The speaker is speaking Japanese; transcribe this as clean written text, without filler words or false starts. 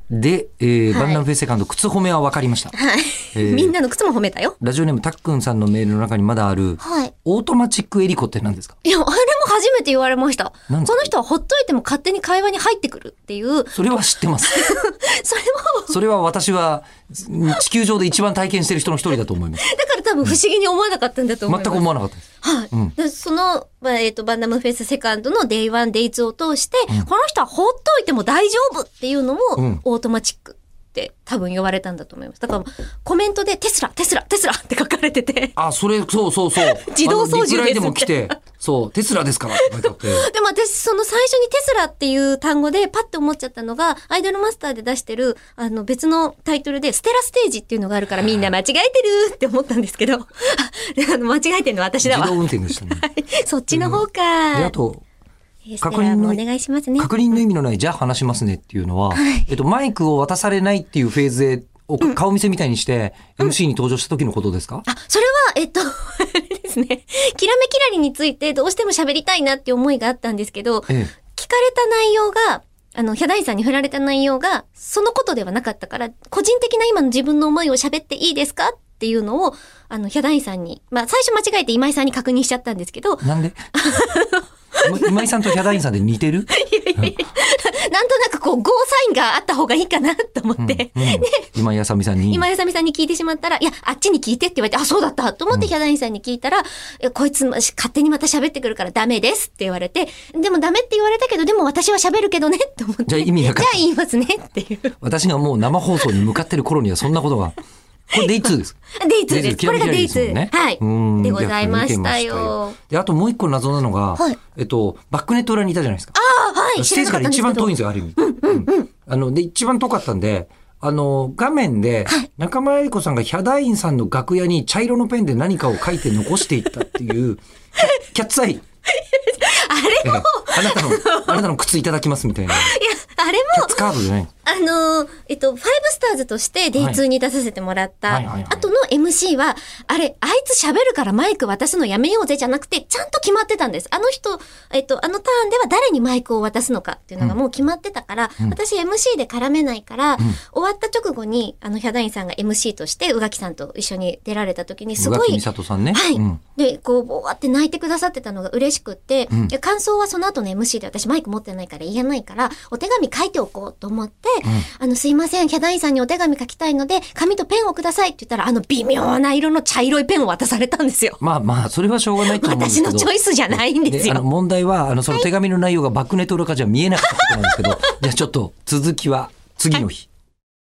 で、バンダムフェイスセカンド靴褒めは分かりました。 はい。みんなの靴も褒めたよ。 ラジオネームたっくんさんのメールの中にまだある、 はい。 オートマチックエリコって何ですか？ いや、あれも初めて言われました。こ何ですか？ の人はほっといても勝手に会話に入ってくるっていう。 それは知ってます。 それも。 それは私は地球上で一番体験してる人の一人だと思います。 だから多分不思議に思わなかったんだと思います。 全く思わなかったです。 はい。でその、バンダムフェイスセカンドの Day1、Day2 を通して、この人はほっといても大丈夫っていうのも、オートマチックって多分言われたんだと思います。だからコメントでテスラって書かれてて。 あ、それ、そう。 自動操縦です。 リプライでも来て、そう、テスラですからって書いてあって。 でも私、その最初にテスラっていう単語でパッて思っちゃったのが、アイドルマスターで出してる、別のタイトルで、ステラステージっていうのがあるからみんな間違えてるって思ったんですけど、間違えてるのは私だわ。 自動運転でしたね。 はい。そっちの方か。 で、あと、 確認のお願いしますね。 確認の意味のない、じゃあ話しますねっていうのは、マイクを渡されないっていうフェーズで、顔見せみたいにして、MC に登場した時のことですか？ あ、それは、あれですね。キラメキラリについてどうしても喋りたいなって思いがあったんですけど、聞かれた内容が、ヒャダインさんに振られた内容が、そのことではなかったから、個人的な今の自分の思いを喋っていいですかっていうのを、ヒャダインさんに、最初間違えて今井さんに確認しちゃったんですけど。 なんで今井さんとヒャダインさんで似てる？ なんとなくゴーサインがあった方がいいかなと思って。 今井あさみさんに聞いてしまったら、いや、あっちに聞いてって言われて、あ、そうだったと思ってヒャダインさんに聞いたら、こいつ勝手にまた喋ってくるからダメですって言われて、でもダメって言われたけど、でも私は喋るけどねって思って。 じゃあ意味なかった。 じゃあ言いますねっていう。 私がもう生放送に向かってる頃にはそんなことが。これ Day2 ですか？ Day2 です。これが Day2。 ね、 はい。でございましたよ。 で、あともう一個謎なのが、バックネット裏にいたじゃないですか。 はい。 ステージから一番遠いんですよ、ある意味。で、一番遠かったんで、画面で、中村江里子さんがヒャダインさんの楽屋に茶色のペンで何かを書いて残していったっていう、キャッツアイ。 あれも、 あなたの靴いただきますみたいな。いや、 あれも、 キャッツカードじゃない。 ファイブスターズとして Day2 に出させてもらった後の MC は、あいつ喋るからマイク渡すのやめようぜじゃなくて、ちゃんと決まってたんです。あのターンでは誰にマイクを渡すのかっていうのがもう決まってたから、私 MC で絡めないから、終わった直後に、ヒャダインさんが MC として宇垣さんと一緒に出られた時にすごい、 宇垣美里さんね。 はい。で、ぼーって泣いてくださってたのが嬉しくって、感想はその後の MC で私マイク持ってないから言えないから、お手紙書いておこうと思って、すいません、ヒャダインさんにお手紙書きたいので、紙とペンをくださいって言ったら、微妙な色の茶色いペンを渡されたんですよ。 まあ、それはしょうがないと思うんですけど。 私のチョイスじゃないんですよ。 問題は、その手紙の内容がバックネット裏かじゃ見えなかったことなんですけど、じゃあちょっと続きは次の日。